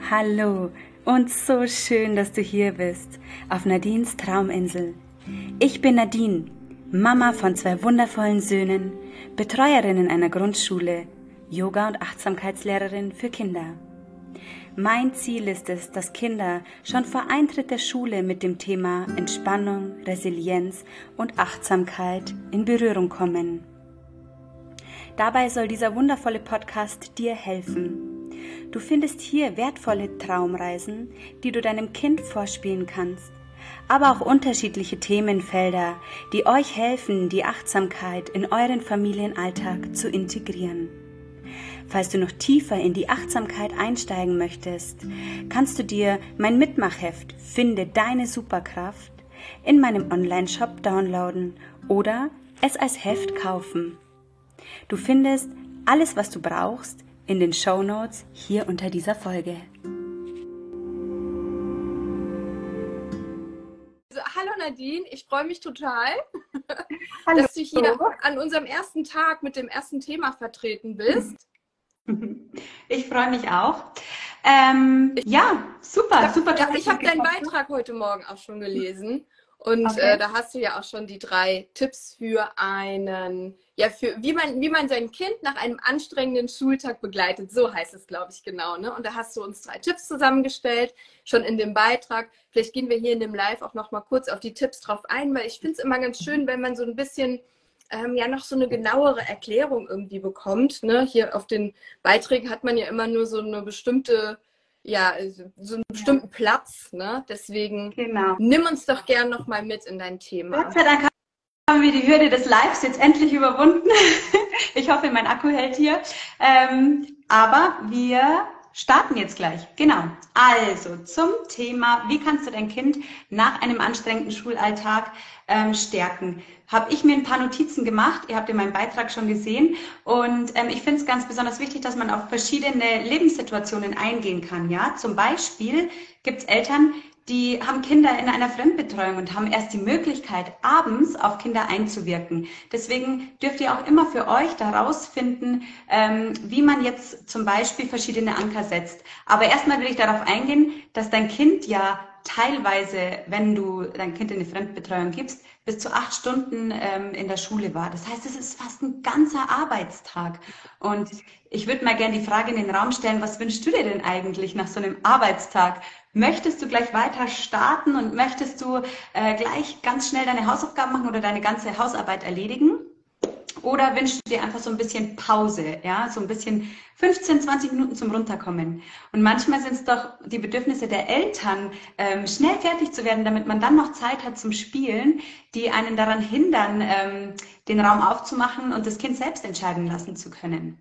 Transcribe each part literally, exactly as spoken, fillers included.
Hallo und so schön, dass du hier bist, auf Nadines Trauminsel. Ich bin Nadine, Mama von zwei wundervollen Söhnen, Betreuerin in einer Grundschule, Yoga- und Achtsamkeitslehrerin für Kinder. Mein Ziel ist es, dass Kinder schon vor Eintritt der Schule mit dem Thema Entspannung, Resilienz und Achtsamkeit in Berührung kommen. Dabei soll dieser wundervolle Podcast dir helfen. Du findest hier wertvolle Traumreisen, die du deinem Kind vorspielen kannst, aber auch unterschiedliche Themenfelder, die euch helfen, die Achtsamkeit in euren Familienalltag zu integrieren. Falls du noch tiefer in die Achtsamkeit einsteigen möchtest, kannst du dir mein Mitmachheft Finde deine Superkraft in meinem Online-Shop downloaden oder es als Heft kaufen. Du findest alles, was du brauchst, in den Shownotes hier unter dieser Folge. Also, hallo Nadine, ich freue mich total, Hallo. dass du hier an unserem ersten Tag mit dem ersten Thema vertreten bist. Ich freue mich auch. Ähm, ich, ja, super, ich super. Ja, ich habe deinen Beitrag heute Morgen auch schon gelesen und okay. äh, da hast du ja auch schon die drei Tipps für einen, ja, für wie man, wie man sein Kind nach einem anstrengenden Schultag begleitet. So heißt es, glaube ich, genau. Ne? Und da hast du uns drei Tipps zusammengestellt, schon in dem Beitrag. Vielleicht gehen wir hier in dem Live auch noch mal kurz auf die Tipps drauf ein, weil ich finde es immer ganz schön, wenn man so ein bisschen ähm, ja noch so eine genauere Erklärung irgendwie bekommt. Ne? Hier auf den Beiträgen hat man ja immer nur so eine bestimmte ja, so einen bestimmten ja. Platz, ne? Deswegen genau. Nimm uns doch gern noch mal mit in dein Thema. Gott sei Dank haben wir die Hürde des Lives jetzt endlich überwunden. Ich hoffe, mein Akku hält hier. Ähm, aber wir starten jetzt gleich. Genau. Also zum Thema, wie kannst du dein Kind nach einem anstrengenden Schulalltag ähm, stärken? Habe ich mir ein paar Notizen gemacht. Ihr habt ja meinen Beitrag schon gesehen. Und ähm, ich finde es ganz besonders wichtig, dass man auf verschiedene Lebenssituationen eingehen kann. Ja, zum Beispiel gibt es Eltern, die haben Kinder in einer Fremdbetreuung und haben erst die Möglichkeit, abends auf Kinder einzuwirken. Deswegen dürft ihr auch immer für euch da rausfinden, ähm, wie man jetzt zum Beispiel verschiedene Anker setzt. Aber erstmal will ich darauf eingehen, dass dein Kind ja teilweise, wenn du dein Kind in eine Fremdbetreuung gibst, bis zu acht Stunden ähm, in der Schule war. Das heißt, es ist fast ein ganzer Arbeitstag. Und ich würde mal gerne die Frage in den Raum stellen, was wünschst du dir denn eigentlich nach so einem Arbeitstag? Möchtest du gleich weiter starten und möchtest du äh, gleich ganz schnell deine Hausaufgaben machen oder deine ganze Hausarbeit erledigen? Oder wünschst du dir einfach so ein bisschen Pause, ja, so ein bisschen fünfzehn, zwanzig Minuten zum Runterkommen? Und manchmal sind es doch die Bedürfnisse der Eltern, ähm, schnell fertig zu werden, damit man dann noch Zeit hat zum Spielen, die einen daran hindern, ähm, den Raum aufzumachen und das Kind selbst entscheiden lassen zu können.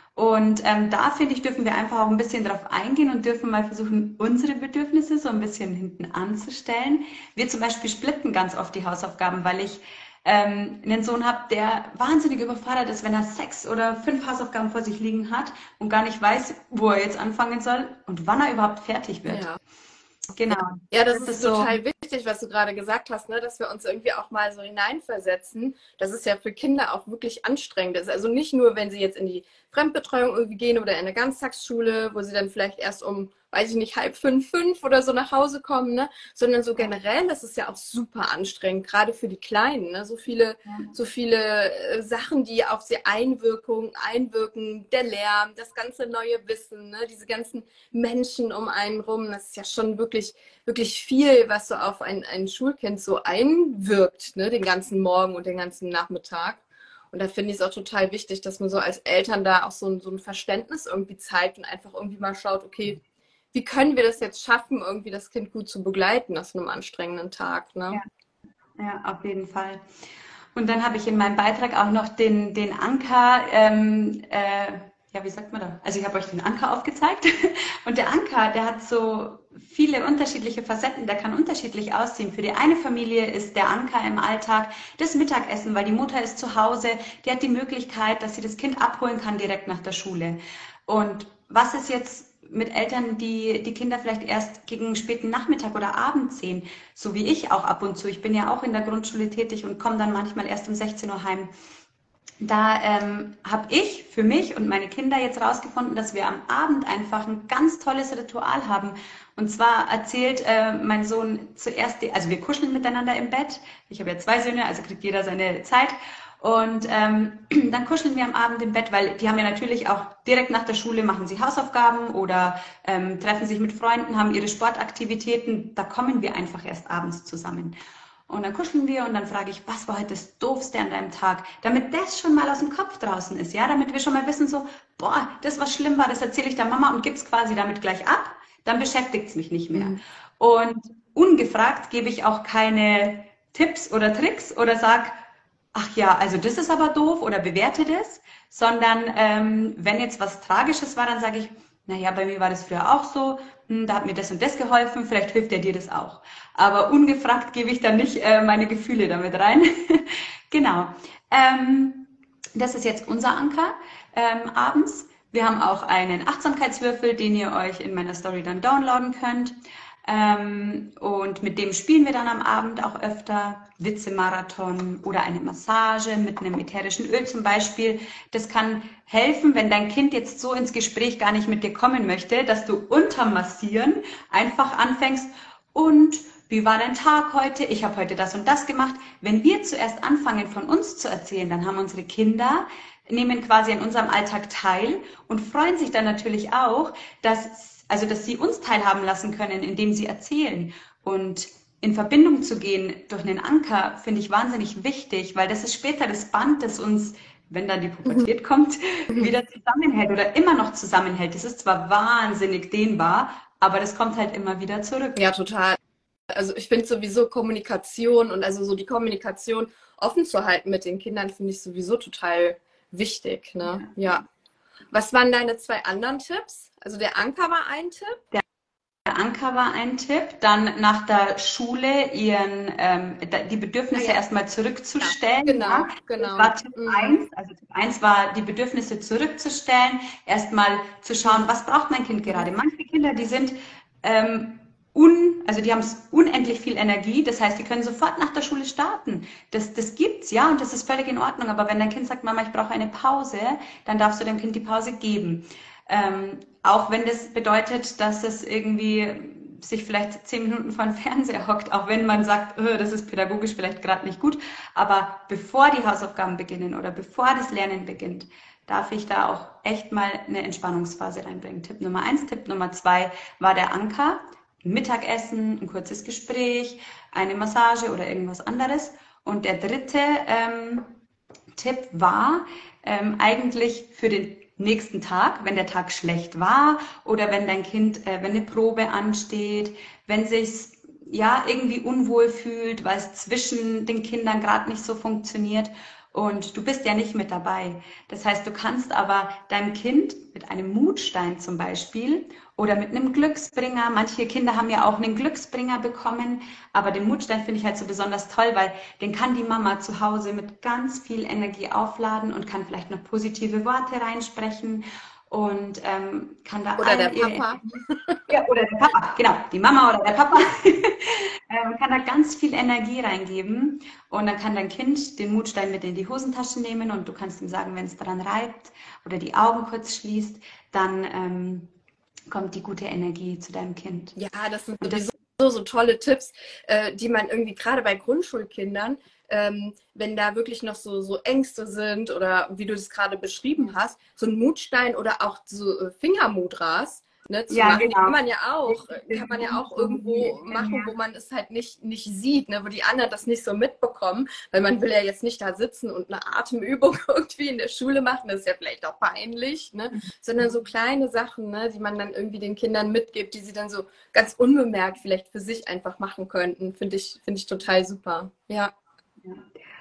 Und ähm, da, finde ich, dürfen wir einfach auch ein bisschen drauf eingehen und dürfen mal versuchen, unsere Bedürfnisse so ein bisschen hinten anzustellen. Wir zum Beispiel splitten ganz oft die Hausaufgaben, weil ich ähm, einen Sohn habe, der wahnsinnig überfordert ist, wenn er sechs oder fünf Hausaufgaben vor sich liegen hat und gar nicht weiß, wo er jetzt anfangen soll und wann er überhaupt fertig wird. Ja. Genau. Ja, das, das ist, ist total so wichtig, was du gerade gesagt hast, ne? Dass wir uns irgendwie auch mal so hineinversetzen. Das ist ja für Kinder auch wirklich anstrengend ist. Also nicht nur, wenn sie jetzt in die Fremdbetreuung irgendwie gehen oder in eine Ganztagsschule, wo sie dann vielleicht erst um, weiß ich nicht, halb fünf, fünf oder so nach Hause kommen, ne? Sondern so generell, das ist ja auch super anstrengend, gerade für die Kleinen, ne? So viele, so viele äh, Sachen, die auf sie einwirken, einwirken, der Lärm, das ganze neue Wissen, ne? Diese ganzen Menschen um einen rum, das ist ja schon wirklich, wirklich viel, was so auf ein, ein Schulkind so einwirkt, ne? Den ganzen Morgen und den ganzen Nachmittag. Und da finde ich es auch total wichtig, dass man so als Eltern da auch so ein, so ein Verständnis irgendwie zeigt und einfach irgendwie mal schaut, okay, wie können wir das jetzt schaffen, irgendwie das Kind gut zu begleiten nach so einem anstrengenden Tag, ne? Ja, ja, auf jeden Fall. Und dann habe ich in meinem Beitrag auch noch den, den Anker, ähm, äh, ja, wie sagt man da? Also ich habe euch den Anker aufgezeigt und der Anker, der hat so viele unterschiedliche Facetten, der kann unterschiedlich aussehen. Für die eine Familie ist der Anker im Alltag das Mittagessen, weil die Mutter ist zu Hause, die hat die Möglichkeit, dass sie das Kind abholen kann direkt nach der Schule. Und was ist jetzt mit Eltern, die die Kinder vielleicht erst gegen späten Nachmittag oder Abend sehen, so wie ich auch ab und zu. Ich bin ja auch in der Grundschule tätig und komme dann manchmal erst um sechzehn Uhr heim. Da ähm, habe ich für mich und meine Kinder jetzt rausgefunden, dass wir am Abend einfach ein ganz tolles Ritual haben. Und zwar erzählt äh, mein Sohn zuerst, die, also wir kuscheln miteinander im Bett. Ich habe ja zwei Söhne, also kriegt jeder seine Zeit. Und ähm, dann kuscheln wir am Abend im Bett, weil die haben ja natürlich auch direkt nach der Schule, machen sie Hausaufgaben oder ähm, treffen sich mit Freunden, haben ihre Sportaktivitäten. Da kommen wir einfach erst abends zusammen. Und dann kuscheln wir und dann frage ich, was war heute das Doofste an deinem Tag? Damit das schon mal aus dem Kopf draußen ist, ja, damit wir schon mal wissen so, boah, das, was schlimm war, das erzähle ich der Mama und gib's quasi damit gleich ab, dann beschäftigt es mich nicht mehr. Mhm. Und ungefragt gebe ich auch keine Tipps oder Tricks oder sag, ach ja, also das ist aber doof oder bewerte das, sondern ähm, wenn jetzt was Tragisches war, dann sage ich, naja, bei mir war das früher auch so, hm, da hat mir das und das geholfen, vielleicht hilft ja dir das auch. Aber ungefragt gebe ich dann nicht äh, meine Gefühle damit rein. Genau. Ähm, das ist jetzt unser Anker ähm, abends. Wir haben auch einen Achtsamkeitswürfel, den ihr euch in meiner Story dann downloaden könnt. Ähm, und mit dem spielen wir dann am Abend auch öfter. Witzemarathon oder eine Massage mit einem ätherischen Öl zum Beispiel. Das kann helfen, wenn dein Kind jetzt so ins Gespräch gar nicht mit dir kommen möchte, dass du unterm Massieren einfach anfängst und wie war dein Tag heute? Ich habe heute das und das gemacht. Wenn wir zuerst anfangen, von uns zu erzählen, dann haben unsere Kinder, nehmen quasi an unserem Alltag teil und freuen sich dann natürlich auch, dass, also, dass sie uns teilhaben lassen können, indem sie erzählen. Und in Verbindung zu gehen durch einen Anker finde ich wahnsinnig wichtig, weil das ist später das Band, das uns, wenn dann die Pubertät kommt, wieder zusammenhält oder immer noch zusammenhält. Das ist zwar wahnsinnig dehnbar, aber das kommt halt immer wieder zurück. Ja, total. Also ich finde sowieso Kommunikation und also so die Kommunikation offen zu halten mit den Kindern finde ich sowieso total wichtig, ne? Ja. Was waren deine zwei anderen Tipps? Also der Anker war ein Tipp. Der Anker war ein Tipp, dann nach der Schule ihren, ähm, die Bedürfnisse Ah, ja. erstmal zurückzustellen. Genau, ja. genau. Das war Tipp Mhm. eins. Also Tipp eins war, die Bedürfnisse zurückzustellen, erstmal zu schauen, was braucht mein Kind gerade. Manche Kinder, die sind ähm, un, also die haben unendlich viel Energie, das heißt, die können sofort nach der Schule starten. Das, das gibt's, ja, und das ist völlig in Ordnung. Aber wenn dein Kind sagt, Mama, ich brauche eine Pause, dann darfst du dem Kind die Pause geben. Ähm, auch wenn das bedeutet, dass es irgendwie sich vielleicht zehn Minuten vor den Fernseher hockt, auch wenn man sagt, oh, das ist pädagogisch vielleicht gerade nicht gut. Aber bevor die Hausaufgaben beginnen oder bevor das Lernen beginnt, darf ich da auch echt mal eine Entspannungsphase reinbringen. Tipp Nummer eins. Tipp Nummer zwei war der Anker. Mittagessen, ein kurzes Gespräch, eine Massage oder irgendwas anderes. Und der dritte ähm, Tipp war ähm, eigentlich für den nächsten Tag, wenn der Tag schlecht war oder wenn dein Kind, äh, wenn eine Probe ansteht, wenn sich's ja irgendwie unwohl fühlt, weil es zwischen den Kindern gerade nicht so funktioniert und du bist ja nicht mit dabei. Das heißt, du kannst aber deinem Kind mit einem Mutstein zum Beispiel oder mit einem Glücksbringer, manche Kinder haben ja auch einen Glücksbringer bekommen, aber den Mutstein finde ich halt so besonders toll, weil den kann die Mama zu Hause mit ganz viel Energie aufladen und kann vielleicht noch positive Worte reinsprechen und ähm, kann da Oder der allen ihre Papa. ja, oder der Papa, genau, die Mama oder der Papa ähm, kann da ganz viel Energie reingeben und dann kann dein Kind den Mutstein mit in die Hosentasche nehmen und du kannst ihm sagen, wenn es daran reibt oder die Augen kurz schließt, dann ähm, kommt die gute Energie zu deinem Kind. Ja, das sind Und das, sowieso so tolle Tipps, äh, die man irgendwie gerade bei Grundschulkindern, ähm, wenn da wirklich noch so, so Ängste sind oder wie du das gerade beschrieben hast, so ein Mutstein oder auch so äh, Fingermudras, ne, zu ja, machen, die genau. kann man ja auch, kann man ja auch irgendwo machen, wo man es halt nicht, nicht sieht, ne, wo die anderen das nicht so mitbekommen, weil man will ja jetzt nicht da sitzen und eine Atemübung irgendwie in der Schule machen, das ist ja vielleicht auch peinlich, ne, sondern so kleine Sachen, ne, die man dann irgendwie den Kindern mitgibt, die sie dann so ganz unbemerkt vielleicht für sich einfach machen könnten, finde ich, finde ich total super, ja. Ja.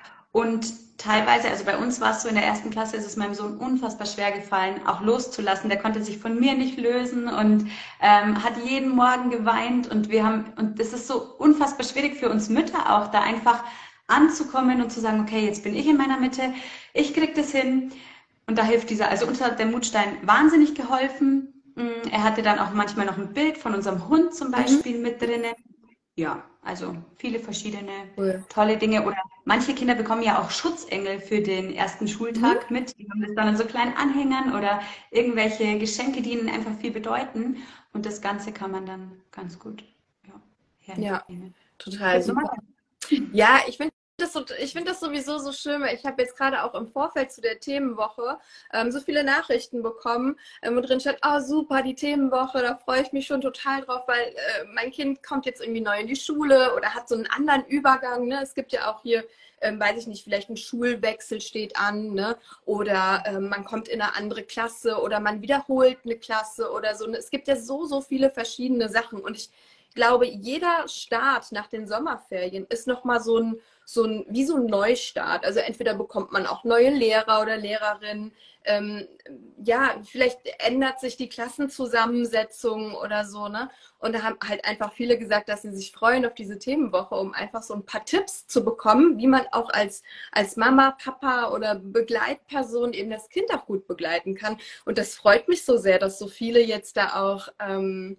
Und teilweise, also bei uns war es so, in der ersten Klasse ist es meinem Sohn unfassbar schwer gefallen, auch loszulassen. Der konnte sich von mir nicht lösen und ähm, hat jeden Morgen geweint und wir haben, und das ist so unfassbar schwierig für uns Mütter auch, da einfach anzukommen und zu sagen, okay, jetzt bin ich in meiner Mitte, ich krieg das hin. Und da hilft dieser, also uns hat der Mutstein wahnsinnig geholfen. Er hatte dann auch manchmal noch ein Bild von unserem Hund zum Beispiel mhm. mit drinnen. ja, also viele verschiedene Cool. tolle Dinge. Oder manche Kinder bekommen ja auch Schutzengel für den ersten Mhm. Schultag mit. Die haben das dann in so kleinen Anhängern oder irgendwelche Geschenke, die ihnen einfach viel bedeuten. Und das Ganze kann man dann ganz gut, ja, Ja, hernehmen. total Willst du mal? super. Ja, ich finde das, so, ich find das sowieso so schön, weil ich habe jetzt gerade auch im Vorfeld zu der Themenwoche ähm, so viele Nachrichten bekommen, ähm, wo drin steht, oh super, die Themenwoche, da freue ich mich schon total drauf, weil äh, mein Kind kommt jetzt irgendwie neu in die Schule oder hat so einen anderen Übergang. Ne? Es gibt ja auch hier, ähm, weiß ich nicht, vielleicht ein Schulwechsel steht an, ne? Oder ähm, man kommt in eine andere Klasse oder man wiederholt eine Klasse oder so. Es gibt ja so, so viele verschiedene Sachen und ich glaube, jeder Start nach den Sommerferien ist nochmal so ein, so ein, wie so ein Neustart. Also entweder bekommt man auch neue Lehrer oder Lehrerinnen. Ähm, ja, vielleicht ändert sich die Klassenzusammensetzung oder so, ne? Und da haben halt einfach viele gesagt, dass sie sich freuen auf diese Themenwoche, um einfach so ein paar Tipps zu bekommen, wie man auch als, als Mama, Papa oder Begleitperson eben das Kind auch gut begleiten kann. Und das freut mich so sehr, dass so viele jetzt da auch, ähm,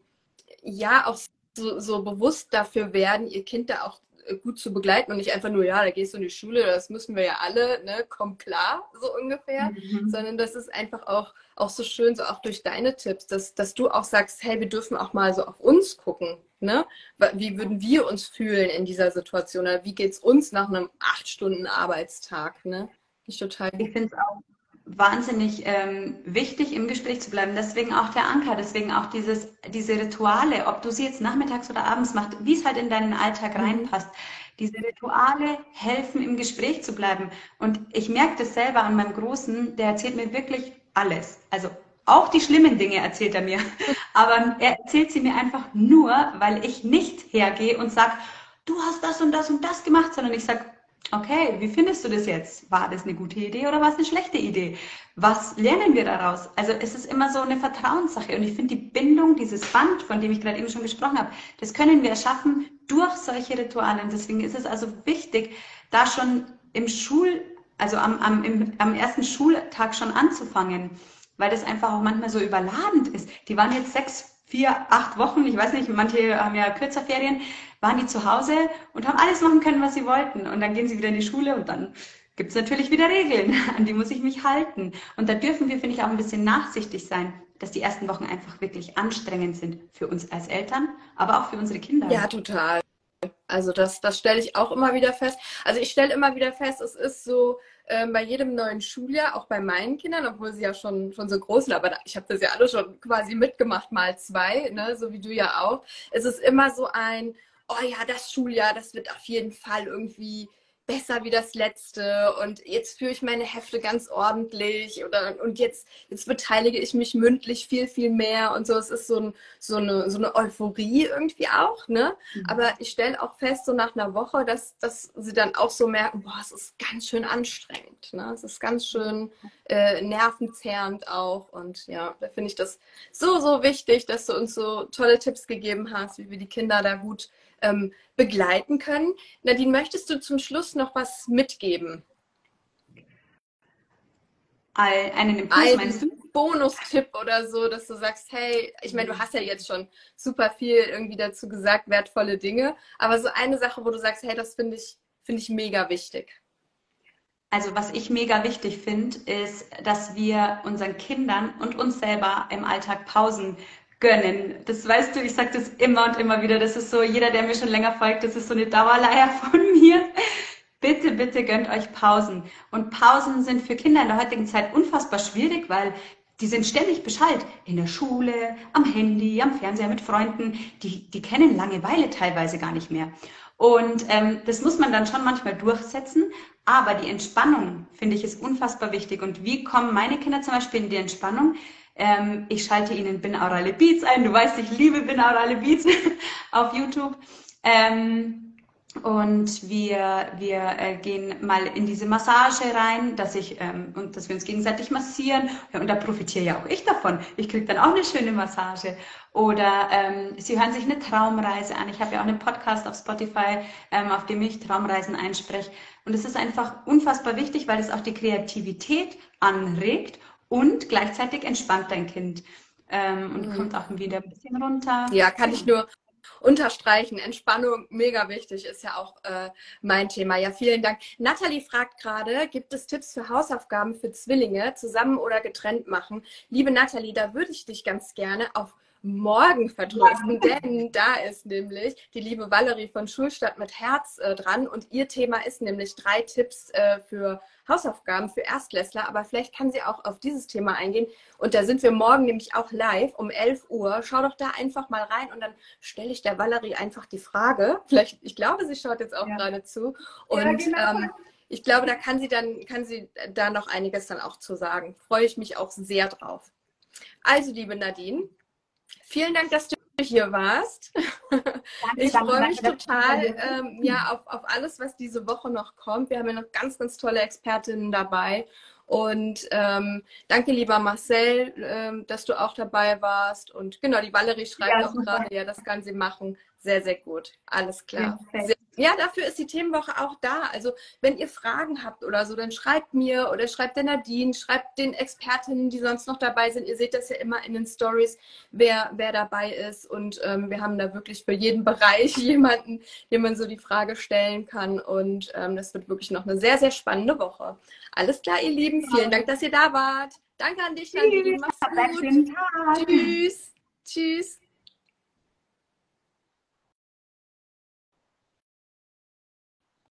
ja, auch so, so bewusst dafür werden, ihr Kind da auch äh, gut zu begleiten und nicht einfach nur, ja, da gehst du in die Schule, das müssen wir ja alle, ne, komm klar, so ungefähr, Mhm. sondern das ist einfach auch, auch so schön, so auch durch deine Tipps, dass, dass du auch sagst, hey, wir dürfen auch mal so auf uns gucken, ne? Wie würden wir uns fühlen in dieser Situation oder wie geht's uns nach einem acht Stunden Arbeitstag, ne? Ich total gut. Ich finde es auch wahnsinnig ähm, wichtig, im Gespräch zu bleiben. Deswegen auch der Anker, deswegen auch dieses, diese Rituale, ob du sie jetzt nachmittags oder abends machst, wie es halt in deinen Alltag Mhm. reinpasst. Diese Rituale helfen, im Gespräch zu bleiben. Und ich merke das selber an meinem Großen, der erzählt mir wirklich alles. Also auch die schlimmen Dinge erzählt er mir. Aber er erzählt sie mir einfach nur, weil ich nicht hergehe und sage, du hast das und das und das gemacht, sondern ich sage, okay, wie findest du das jetzt? War das eine gute Idee oder war es eine schlechte Idee? Was lernen wir daraus? Also es ist immer so eine Vertrauenssache und ich finde die Bindung, dieses Band, von dem ich gerade eben schon gesprochen habe, das können wir erschaffen durch solche Rituale. Und deswegen ist es also wichtig, da schon im Schul, also am, am, im, am ersten Schultag schon anzufangen, weil das einfach auch manchmal so überladend ist. Die waren jetzt sechs, vier, acht Wochen, ich weiß nicht, manche haben ja kürzer Ferien, waren die zu Hause und haben alles machen können, was sie wollten. Und dann gehen sie wieder in die Schule und dann gibt es natürlich wieder Regeln, an die muss ich mich halten. Und da dürfen wir, finde ich, auch ein bisschen nachsichtig sein, dass die ersten Wochen einfach wirklich anstrengend sind für uns als Eltern, aber auch für unsere Ja, Kinder. total. Also das, das stelle ich auch immer wieder fest. Also ich stelle immer wieder fest, es ist so ähm, bei jedem neuen Schuljahr, auch bei meinen Kindern, obwohl sie ja schon, schon so groß sind, aber da, ich habe das ja alle schon quasi mitgemacht, mal zwei, ne, so wie du ja auch. Es ist immer so ein, oh ja, das Schuljahr, das wird auf jeden Fall irgendwie besser wie das letzte und jetzt führe ich meine Hefte ganz ordentlich oder und jetzt, jetzt beteilige ich mich mündlich viel, viel mehr und so. Es ist so, ein, so, eine, so eine Euphorie irgendwie auch, ne? Aber ich stelle auch fest, so nach einer Woche, dass, dass sie dann auch so merken, boah, es ist ganz schön anstrengend. Ne? Es ist ganz schön äh, nervenzerrend auch. Und ja, da finde ich das so, so wichtig, dass du uns so tolle Tipps gegeben hast, wie wir die Kinder da gut ähm, begleiten können. Nadine, möchtest du zum Schluss noch was mitgeben? Einen Impuls, meinst Einen du? Bonustipp oder so, dass du sagst, hey, ich meine, du hast ja jetzt schon super viel irgendwie dazu gesagt, wertvolle Dinge, aber so eine Sache, wo du sagst, hey, das finde ich, finde ich mega wichtig. Also was ich mega wichtig finde, ist, dass wir unseren Kindern und uns selber im Alltag Pausen gönnen. Das weißt du, ich sage das immer und immer wieder. Das ist so, jeder, der mir schon länger folgt, das ist so eine Dauerleier von mir. Bitte, bitte gönnt euch Pausen. Und Pausen sind für Kinder in der heutigen Zeit unfassbar schwierig, weil die sind ständig beschallt. In der Schule, am Handy, am Fernseher mit Freunden. Die, die kennen Langeweile teilweise gar nicht mehr. Und ähm, das muss man dann schon manchmal durchsetzen. Aber die Entspannung, finde ich, ist unfassbar wichtig. Und wie kommen meine Kinder zum Beispiel in die Entspannung? Ähm, ich schalte ihnen binaurale Beats ein. Du weißt, ich liebe binaurale Beats auf YouTube. Ähm, und wir, wir äh, gehen mal in diese Massage rein, dass ich ähm, und dass wir uns gegenseitig massieren. Ja, und da profitiere ja auch ich davon. Ich kriege dann auch eine schöne Massage. Oder ähm, sie hören sich eine Traumreise an. Ich habe ja auch einen Podcast auf Spotify, ähm, auf dem ich Traumreisen einspreche. Und es ist einfach unfassbar wichtig, weil es auch die Kreativität anregt und gleichzeitig entspannt dein Kind ähm, und Mhm. kommt auch wieder ein bisschen runter. Ja, kann ich Genau. nur Unterstreichen, Entspannung, mega wichtig, ist ja auch äh, mein Thema. Ja, vielen Dank. Nathalie fragt gerade, gibt es Tipps für Hausaufgaben für Zwillinge, zusammen oder getrennt machen? Liebe Nathalie, da würde ich dich ganz gerne auf morgen vertrösten, ja. Denn da ist nämlich die liebe Valerie von Schulstadt mit Herz äh, dran und ihr Thema ist nämlich drei Tipps äh, für Hausaufgaben für Erstklässler, aber vielleicht kann sie auch auf dieses Thema eingehen und da sind wir morgen nämlich auch live um elf Uhr. Schau doch da einfach mal rein und dann stelle ich der Valerie einfach die Frage, vielleicht, ich glaube, sie schaut jetzt auch ja. gerade zu und ja, genau. ähm, ich glaube, da kann sie dann, kann sie da noch einiges dann auch zu sagen. Freue ich mich auch sehr drauf. Also, liebe Nadine, vielen Dank, dass du hier warst. Danke, ich freue mich danke, total ähm, ja, auf, auf alles, was diese Woche noch kommt. Wir haben ja noch ganz, ganz tolle Expertinnen dabei. Und ähm, danke, lieber Marcel, ähm, dass du auch dabei warst. Und genau, die Valerie schreibt ja, auch gerade, ja, das kann sie machen. Sehr, sehr gut. Alles klar. Sehr, ja, dafür ist die Themenwoche auch da. Also wenn ihr Fragen habt oder so, dann schreibt mir oder schreibt der Nadine, schreibt den Expertinnen, die sonst noch dabei sind. Ihr seht das ja immer in den Stories, wer, wer dabei ist. Und ähm, wir haben da wirklich für jeden Bereich jemanden, dem man so die Frage stellen kann. Und ähm, das wird wirklich noch eine sehr, sehr spannende Woche. Alles klar, ihr Lieben. Vielen Dank, dass ihr da wart. Danke an dich, Nadine. Mach's gut. Tschüss. Tschüss.